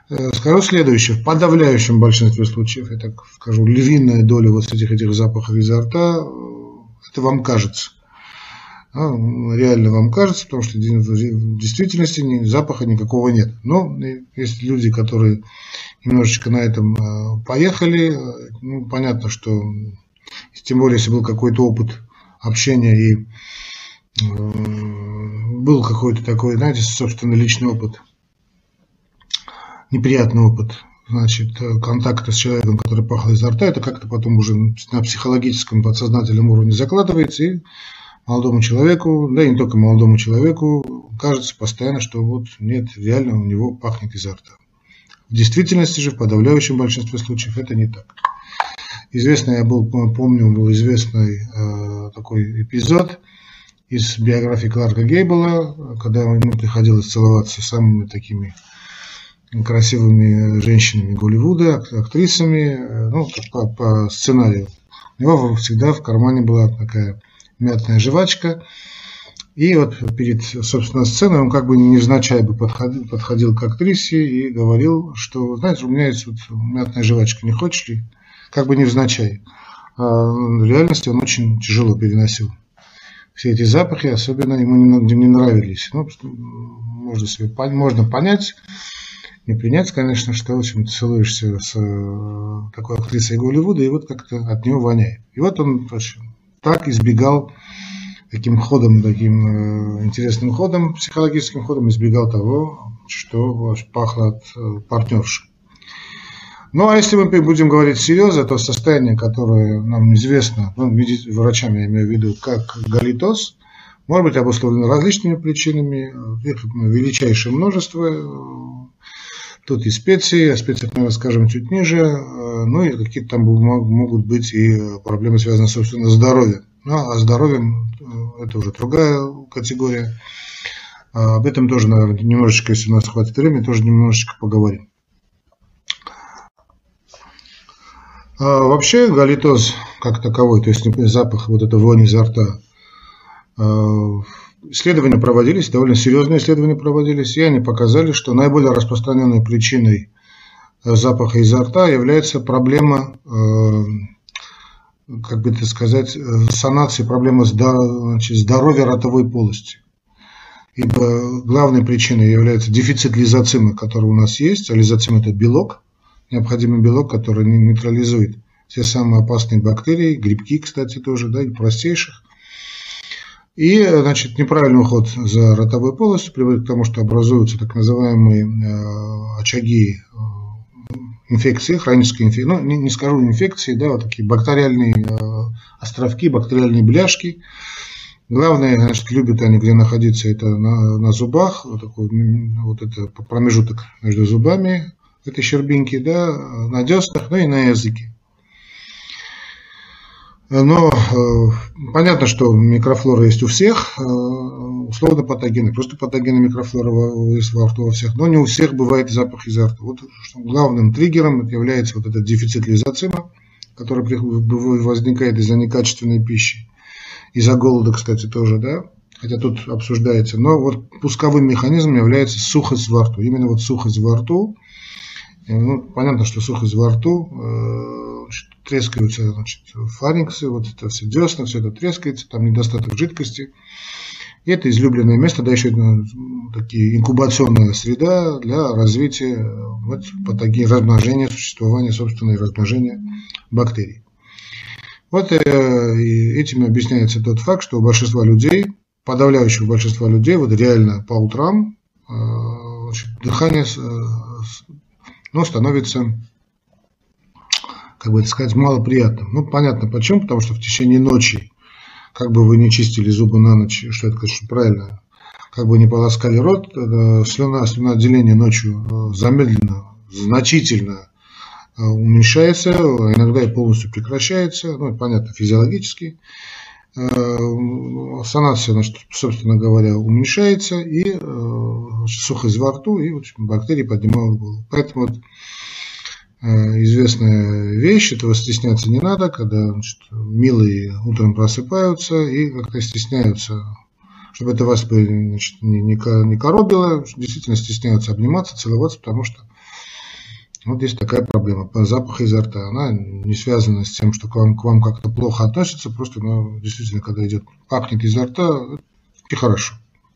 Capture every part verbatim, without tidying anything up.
Скажу следующее. В подавляющем большинстве случаев, я так скажу, львиная доля вот этих, этих запахов изо рта, это вам кажется. Реально вам кажется, потому что в действительности запаха никакого нет. Но есть люди, которые немножечко на этом поехали. Ну, понятно, что тем более, если был какой-то опыт общения и был какой-то такой, знаете, собственно, личный опыт, неприятный опыт, значит, контакта с человеком, который пахло изо рта, это как-то потом уже на психологическом, подсознательном уровне закладывается, и молодому человеку, да и не только молодому человеку, кажется постоянно, что вот нет, реально у него пахнет изо рта. В действительности же, в подавляющем большинстве случаев, это не так. Известный, я был, помню, был известный э, такой эпизод из биографии Кларка Гейбла, когда ему приходилось целоваться с самыми такими красивыми женщинами Голливуда, актрисами, ну, по, по сценарию. У него всегда в кармане была такая мятная жвачка, и вот перед, собственно, сценой он как бы невзначай бы подходил, подходил к актрисе и говорил, что, знаете, у меня есть вот мятная жвачка, не хочешь ли? Как бы невзначай. А в реальности он очень тяжело переносил все эти запахи, особенно ему не, не нравились. Ну, можно, себе, можно понять, не принять, конечно, что, в общем, ты целуешься с такой актрисой Голливуда, и вот как-то от нее воняет. И вот он, в общем, так избегал, таким ходом, таким э, интересным ходом, психологическим ходом избегал того, что пахло от э, партнерши. Ну, а если мы будем говорить серьезно, то состояние, которое нам известно, ну, врачами я имею в виду, как галитоз, может быть обусловлено различными причинами, их величайшее множество. Тут и специи, о специях мы расскажем чуть ниже, ну и какие-то там могут быть и проблемы, связанные, собственно, с здоровьем. Ну, а здоровьем это уже другая категория. Об этом тоже, наверное, немножечко, если у нас хватит времени, тоже немножечко поговорим. А вообще галитоз как таковой, то есть запах вот этого вони изо рта, исследования проводились, довольно серьезные исследования проводились, и они показали, что наиболее распространенной причиной запаха изо рта является проблема, как бы это сказать, санации, проблема здоровья ротовой полости. Ибо главной причиной является дефицит лизоцима, который у нас есть, а лизоцим – это белок, необходимый белок, который нейтрализует все самые опасные бактерии, грибки, кстати, тоже, да, и простейших. И, значит, неправильный уход за ротовой полостью приводит к тому, что образуются так называемые э, очаги э, инфекции, хронической инфекции, ну, не, не скажу инфекции, да, вот такие бактериальные э, островки, бактериальные бляшки. Главное, значит, любят они где находиться, это на, на зубах, вот такой, вот это промежуток между зубами, этой щербинки, да, на деснах, ну и на языке. Но э, понятно, что микрофлора есть у всех, э, условно патогены, просто патогены микрофлора есть во рту у всех, но не у всех бывает запах изо рта. Вот главным триггером является вот этот дефицит лизоцима, который возникает из-за некачественной пищи, из-за голода, кстати, тоже, да, хотя тут обсуждается. Но вот пусковым механизмом является сухость во рту. Именно вот сухость во рту. Ну, понятно, что сухость во рту, э, трескаются, значит, фарингсы, вот это все десна, все это трескается, там недостаток жидкости. И это излюбленное место, да, еще ну, такие инкубационная среда для развития вот, патоген, размножения, существования, собственно, и размножения бактерий. Вот э, и этим объясняется тот факт, что у большинства людей, подавляющего большинства людей, вот реально по утрам э, значит, дыхание э, ну, становится, как бы это сказать, малоприятным. Ну, понятно почему, потому что в течение ночи, как бы вы не чистили зубы на ночь, что это, конечно, правильно, как бы не полоскали рот, слюна, слюноотделение ночью замедленно, значительно уменьшается, иногда и полностью прекращается, ну, понятно, физиологически. Санация, значит, собственно говоря, уменьшается, и значит, сухость во рту, и в общем, бактерии поднимают голову. Поэтому вот, известная вещь, этого стесняться не надо, когда значит, милые утром просыпаются и как-то стесняются, чтобы это вас значит, не, не, не коробило, действительно стесняются обниматься, целоваться, потому что Вот есть такая проблема. Запах изо рта, она не связана с тем, что к вам, к вам как-то плохо относятся, просто, ну, действительно, когда идет, пахнет изо рта, нехорошо.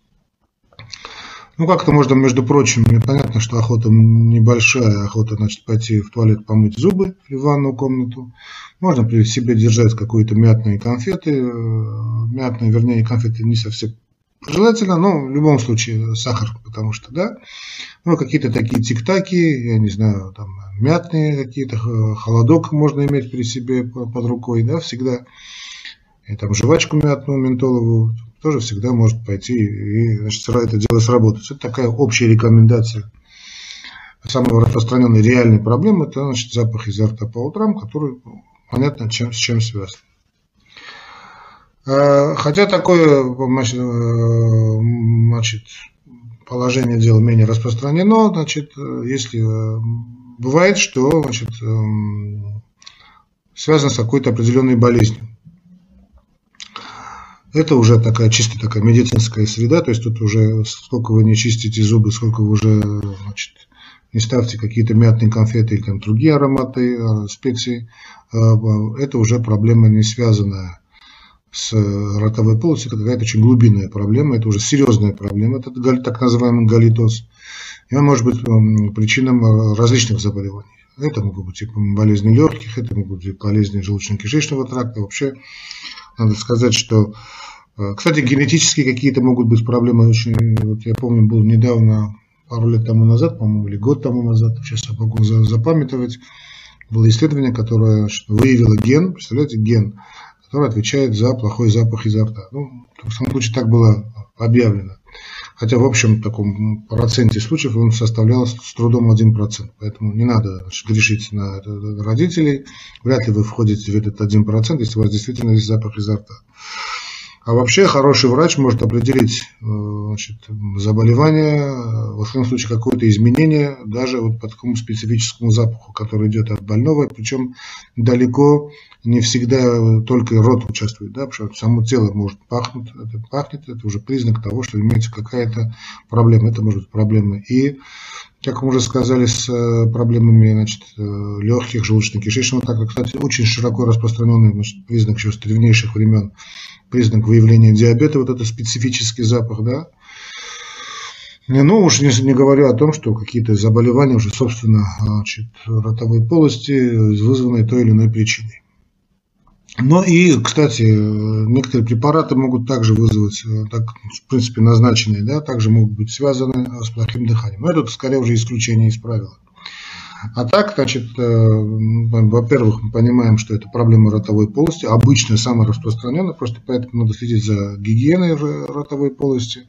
Ну, как-то можно, между прочим, мне понятно, что охота небольшая, охота, значит, пойти в туалет помыть зубы или в ванную комнату. Можно при себе держать какие-то мятные конфеты. Мятные, вернее, конфеты не совсем желательно, но в любом случае сахар, потому что, да. Ну, какие-то такие тик-таки, я не знаю, там, мятные какие-то, холодок можно иметь при себе под рукой, да, всегда. И там жвачку мятную, ментоловую, тоже всегда может пойти и, значит, это дело сработать. Это такая общая рекомендация. Самая распространенная реальная проблема – это, значит, запах изо рта по утрам, который, понятно, чем, с чем связан. Хотя такое, значит, положение дела менее распространено, значит, если бывает, что, значит, связано с какой-то определенной болезнью. Это уже такая чисто такая медицинская среда, то есть тут уже сколько вы не чистите зубы, сколько вы уже, значит, не ставьте какие-то мятные конфеты или там другие ароматы, специи, это уже проблема не связанная с ротовой полостью, это какая-то очень глубинная проблема, это уже серьезная проблема, это так называемый галитоз. И он может быть причиной различных заболеваний. Это могут быть болезни легких, это могут быть болезни желудочно-кишечного тракта. Вообще, надо сказать, что, кстати, генетические какие-то могут быть проблемы. Очень, вот я помню, был недавно, пару лет тому назад, по-моему, или год тому назад, сейчас я могу запамятовать, было исследование, которое выявило ген, представляете, ген, который отвечает за плохой запах изо рта. Ну, в самом случае так было объявлено. Хотя в общем таком проценте случаев он составлял с трудом один процент. Поэтому не надо, значит, грешить на родителей. Вряд ли вы входите в этот один процент, если у вас действительно есть запах изо рта. А вообще хороший врач может определить, значит, заболевание, в этом случае какое-то изменение, даже вот по такому специфическому запаху, который идет от больного, причем далеко не всегда только рот участвует, да, потому что само тело может пахнуть, это пахнет, это уже признак того, что имеется какая-то проблема, это может быть проблема. И, как мы уже сказали, с проблемами, значит, легких, желудочно-кишечного тракта, кстати, очень широко распространенный, значит, признак еще с древнейших времен, признак выявления диабета, вот это специфический запах, да. Ну, уж не, не говорю о том, что какие-то заболевания уже, собственно, значит, ротовой полости, вызванные той или иной причиной. Ну и, кстати, некоторые препараты могут также вызвать, так, в принципе, назначенные, да, также могут быть связаны с плохим дыханием. Но это скорее уже исключение из правила. А так, значит, во-первых, мы понимаем, что это проблема ротовой полости, обычная, самая распространенная, просто поэтому надо следить за гигиеной ротовой полости.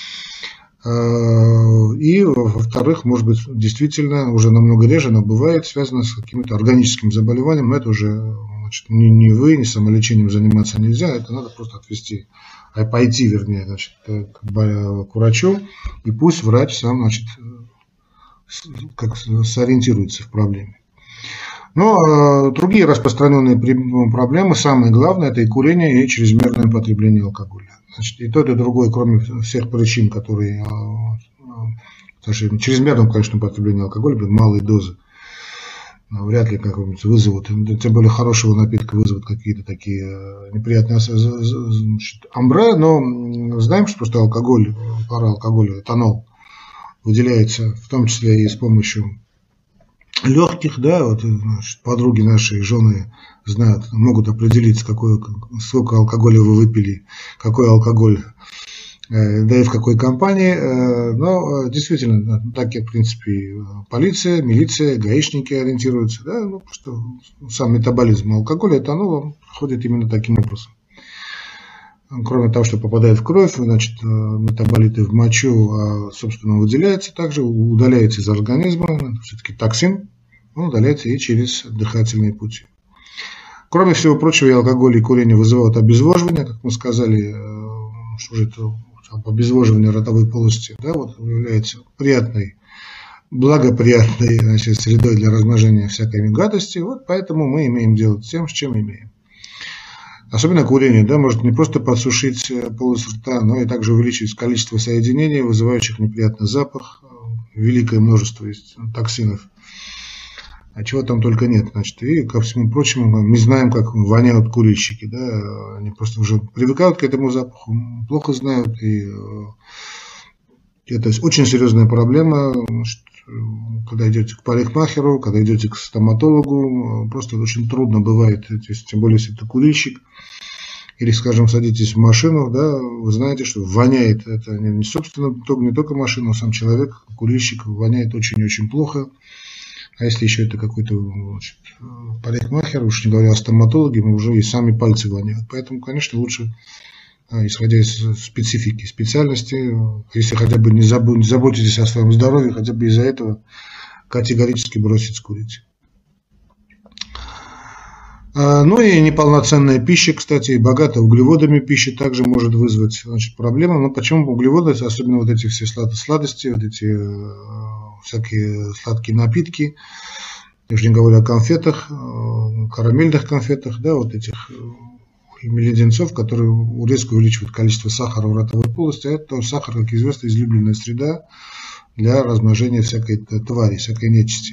И, во-вторых, может быть, действительно, уже намного реже, но бывает связано с каким-то органическим заболеванием, но это уже, значит, не, не вы, не самолечением заниматься нельзя, это надо просто отвести, а пойти, вернее, значит, к врачу, и пусть врач сам, значит, как сориентируется в проблеме. Но э, другие распространенные проблемы, самое главное, это и курение, и чрезмерное потребление алкоголя. Значит, и то, и другое, кроме всех причин, которые, э, э, чрезмерного, конечно, потребления алкоголя, малые дозы, вряд ли как-нибудь вызовут, тем более хорошего напитка вызовут какие-то такие неприятные, значит, амбре, но знаем, что просто алкоголь, пара алкоголя, этанол, выделяется в том числе и с помощью легких, да, вот, значит, подруги наши, жены знают, могут определить, какой, сколько алкоголя вы выпили, какой алкоголь, э, да и в какой компании, э, но действительно, так и, в принципе, полиция, милиция, гаишники ориентируются, да, ну, что сам метаболизм алкоголя, этанола проходит именно таким образом. Кроме того, что попадает в кровь, значит, метаболиты в мочу, а, собственно, выделяется, также удаляется из организма, все-таки токсин, он удаляется и через дыхательные пути. Кроме всего прочего, и алкоголь, и курение вызывают обезвоживание, как мы сказали, что же это обезвоживание ротовой полости, да, вот является приятной, благоприятной, значит, средой для размножения всякой гадости, вот поэтому мы имеем дело с тем, с чем имеем. Особенно курение, да, может не просто подсушить полость рта, но и также увеличить количество соединений, вызывающих неприятный запах, великое множество есть токсинов. а чего там только нет, значит, и ко всему прочему мы знаем, как воняют курильщики, да, они просто уже привыкают к этому запаху, плохо знают, и это очень серьезная проблема, значит, когда идете к парикмахеру, когда идете к стоматологу, просто очень трудно бывает, тем более, если это курильщик, или, скажем, садитесь в машину, да, вы знаете, что воняет, это не, собственно, не только машина, а сам человек, курильщик, воняет очень-очень плохо. А если еще это какой-то, значит, парикмахер, уж не говоря о стоматологе, уже и сами пальцы воняют. Поэтому, конечно, лучше, исходя из специфики, специальности, если хотя бы не заботитесь о своем здоровье, хотя бы из-за этого категорически бросить курить. Ну и неполноценная пища, кстати, богатая углеводами пища также может вызвать, значит, проблемы. Но почему углеводы, особенно вот эти все сладости, вот эти всякие сладкие напитки, я уже не говорю о конфетах, карамельных конфетах, да, вот этих леденцов, которые резко увеличивают количество сахара в ротовой полости. А это сахар, как известно, излюбленная среда для размножения всякой твари, всякой нечисти.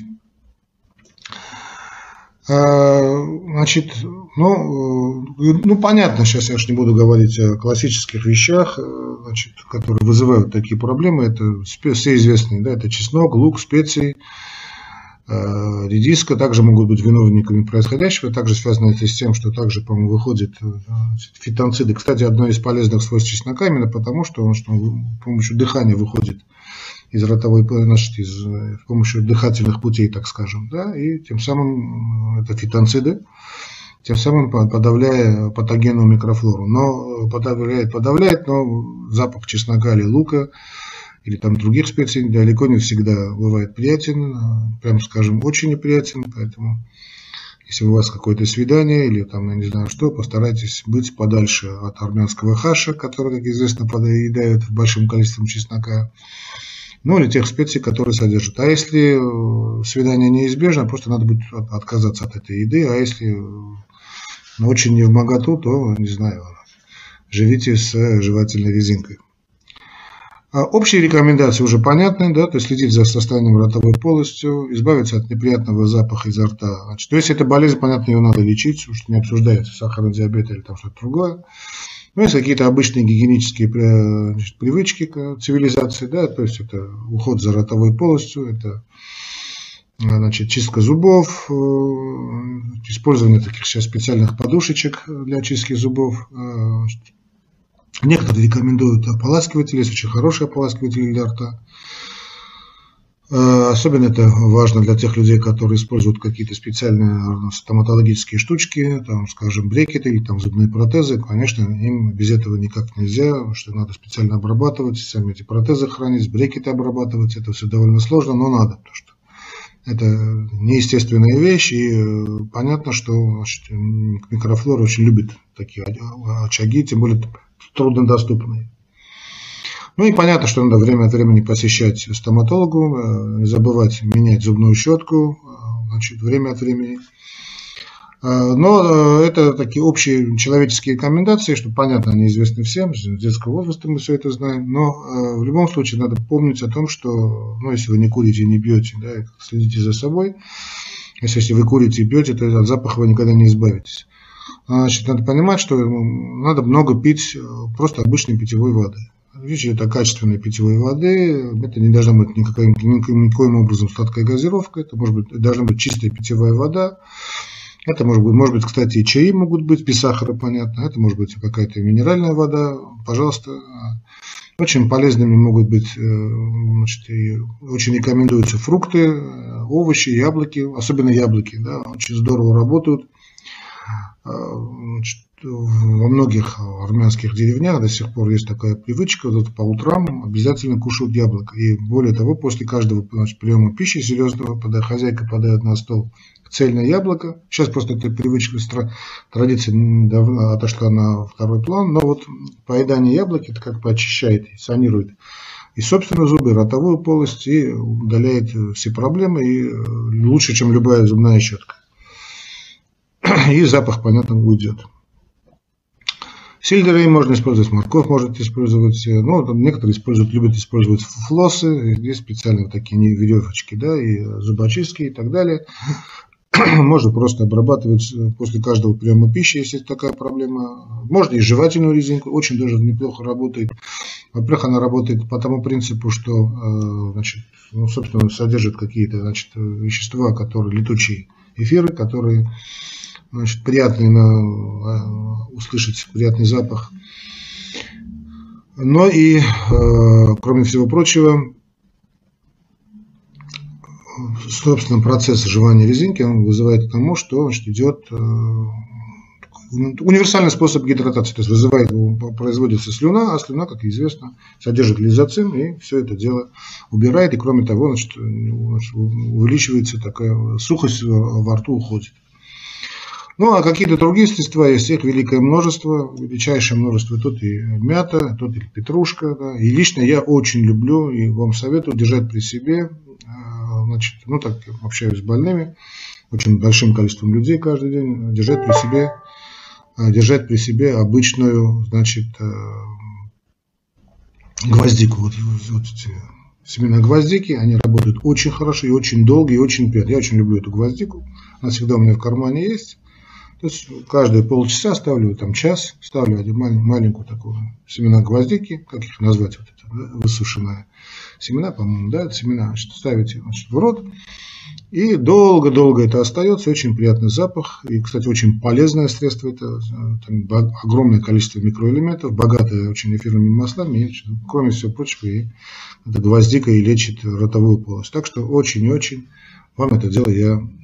Значит, ну, ну, понятно, сейчас я уж не буду говорить о классических вещах, значит, которые вызывают такие проблемы. Это все известные, да, это чеснок, лук, специи, редиска, также могут быть виновниками происходящего. Также связано это с тем, что также, по-моему, выходят фитонциды. Кстати, одно из полезных свойств чеснока именно потому, что он что с помощью дыхания выходит из ротовой, значит, из, с помощью дыхательных путей, так скажем, да, и тем самым это фитонциды, тем самым подавляя патогенную микрофлору. Но подавляет, подавляет, но запах чеснока или лука или там других специй далеко не всегда бывает приятен, прям скажем, очень неприятен, поэтому если у вас какое-то свидание или там, я не знаю что, постарайтесь быть подальше от армянского хаша, который, как известно, подъедают большим количеством чеснока. Ну, или тех специй, которые содержат. А если свидание неизбежно, просто надо будет отказаться от этой еды. А если ну, очень не в моготу, то, не знаю, живите с жевательной резинкой. А общие рекомендации уже понятны, да, то есть следить за состоянием ротовой полости, избавиться от неприятного запаха изо рта. Значит, то есть это болезнь, понятно, ее надо лечить, уж не обсуждается сахарный диабет или там что-то другое. Ну, есть какие-то обычные гигиенические, значит, привычки цивилизации, да, то есть это уход за ротовой полостью, это, значит, чистка зубов, использование таких сейчас специальных подушечек для чистки зубов. Некоторые рекомендуют ополаскиватели, есть очень хорошие ополаскиватели для рта. Особенно это важно для тех людей, которые используют какие-то специальные стоматологические штучки, там, скажем, брекеты или там, зубные протезы. Конечно, им без этого никак нельзя, что надо специально обрабатывать, сами эти протезы хранить, брекеты обрабатывать. Это все довольно сложно, но надо, потому что это неестественная вещь, и понятно, что, значит, микрофлора очень любит такие очаги, тем более труднодоступные. Ну и понятно, что надо время от времени посещать стоматологу, не забывать менять зубную щетку, значит, время от времени. Но это такие общие человеческие рекомендации, что понятно, они известны всем, с детского возраста мы все это знаем, но в любом случае надо помнить о том, что, ну, если вы не курите и не пьете, да, следите за собой, если, если вы курите и пьете, то от запаха вы никогда не избавитесь. Значит, надо понимать, что надо много пить просто обычной питьевой воды. Речь идет о качественной питьевой воды, это не должна быть никаким, никаким образом сладкая газировка, это может быть, должна быть чистая питьевая вода, это может быть, может быть, кстати, и чаи могут быть, без сахара, понятно, это может быть какая-то минеральная вода, пожалуйста. Очень полезными могут быть, значит, и очень рекомендуются фрукты, овощи, яблоки, особенно яблоки, да, очень здорово работают. Значит, во многих армянских деревнях до сих пор есть такая привычка, вот по утрам обязательно кушают яблоко. И более того, после каждого, значит, приема пищи серьезного пода, хозяйка подает на стол цельное яблоко. Сейчас просто эта привычка, традиция давно отошла на второй план, но вот поедание яблоки это как бы очищает, санирует и собственные зубы, и ротовую полость, и удаляет все проблемы, и лучше, чем любая зубная щетка. И запах, понятно, уйдет. Сельдерей можно использовать, морковь может использовать, ну, там некоторые используют, любят использовать флоссы, есть специальные такие веревочки, да, и зубочистки и так далее. Можно просто обрабатывать после каждого приема пищи, если такая проблема. Можно и жевательную резинку, очень даже неплохо работает. Во-первых, она работает по тому принципу, что, значит, ну, собственно, содержит какие-то, значит, вещества, которые летучие эфиры, которые, значит, приятные на, услышать приятный запах. Но и, кроме всего прочего, собственно, процесс жевания резинки он вызывает к тому, что, значит, идет э, универсальный способ гидратации. То есть вызывает, производится слюна, а слюна, как известно, содержит лизоцим, и все это дело убирает. И кроме того, значит, увеличивается такая сухость во рту, уходит. Ну, а какие-то другие средства есть, их великое множество, величайшее множество. Тут и мята, тут и петрушка. Да. И лично я очень люблю и вам советую держать при себе. Значит, ну, так общаюсь с больными, очень большим количеством людей каждый день, держать при себе, держать при себе обычную, значит, гвоздику. Вот, вот эти семена гвоздики, они работают очень хорошо и очень долго, и очень приятно. Я очень люблю эту гвоздику, она всегда у меня в кармане есть. То есть каждые полчаса ставлю, там час, ставлю один маленькую такую семена гвоздики, как их назвать, вот это, да, высушенная семена, по-моему, да, это семена, значит, ставите, значит, в рот, и долго-долго это остается, очень приятный запах, и, кстати, очень полезное средство, это там огромное количество микроэлементов, богатое очень эфирными маслами, и, кроме всего прочего, и эта гвоздика и лечит ротовую полость. Так что очень и очень вам это дело я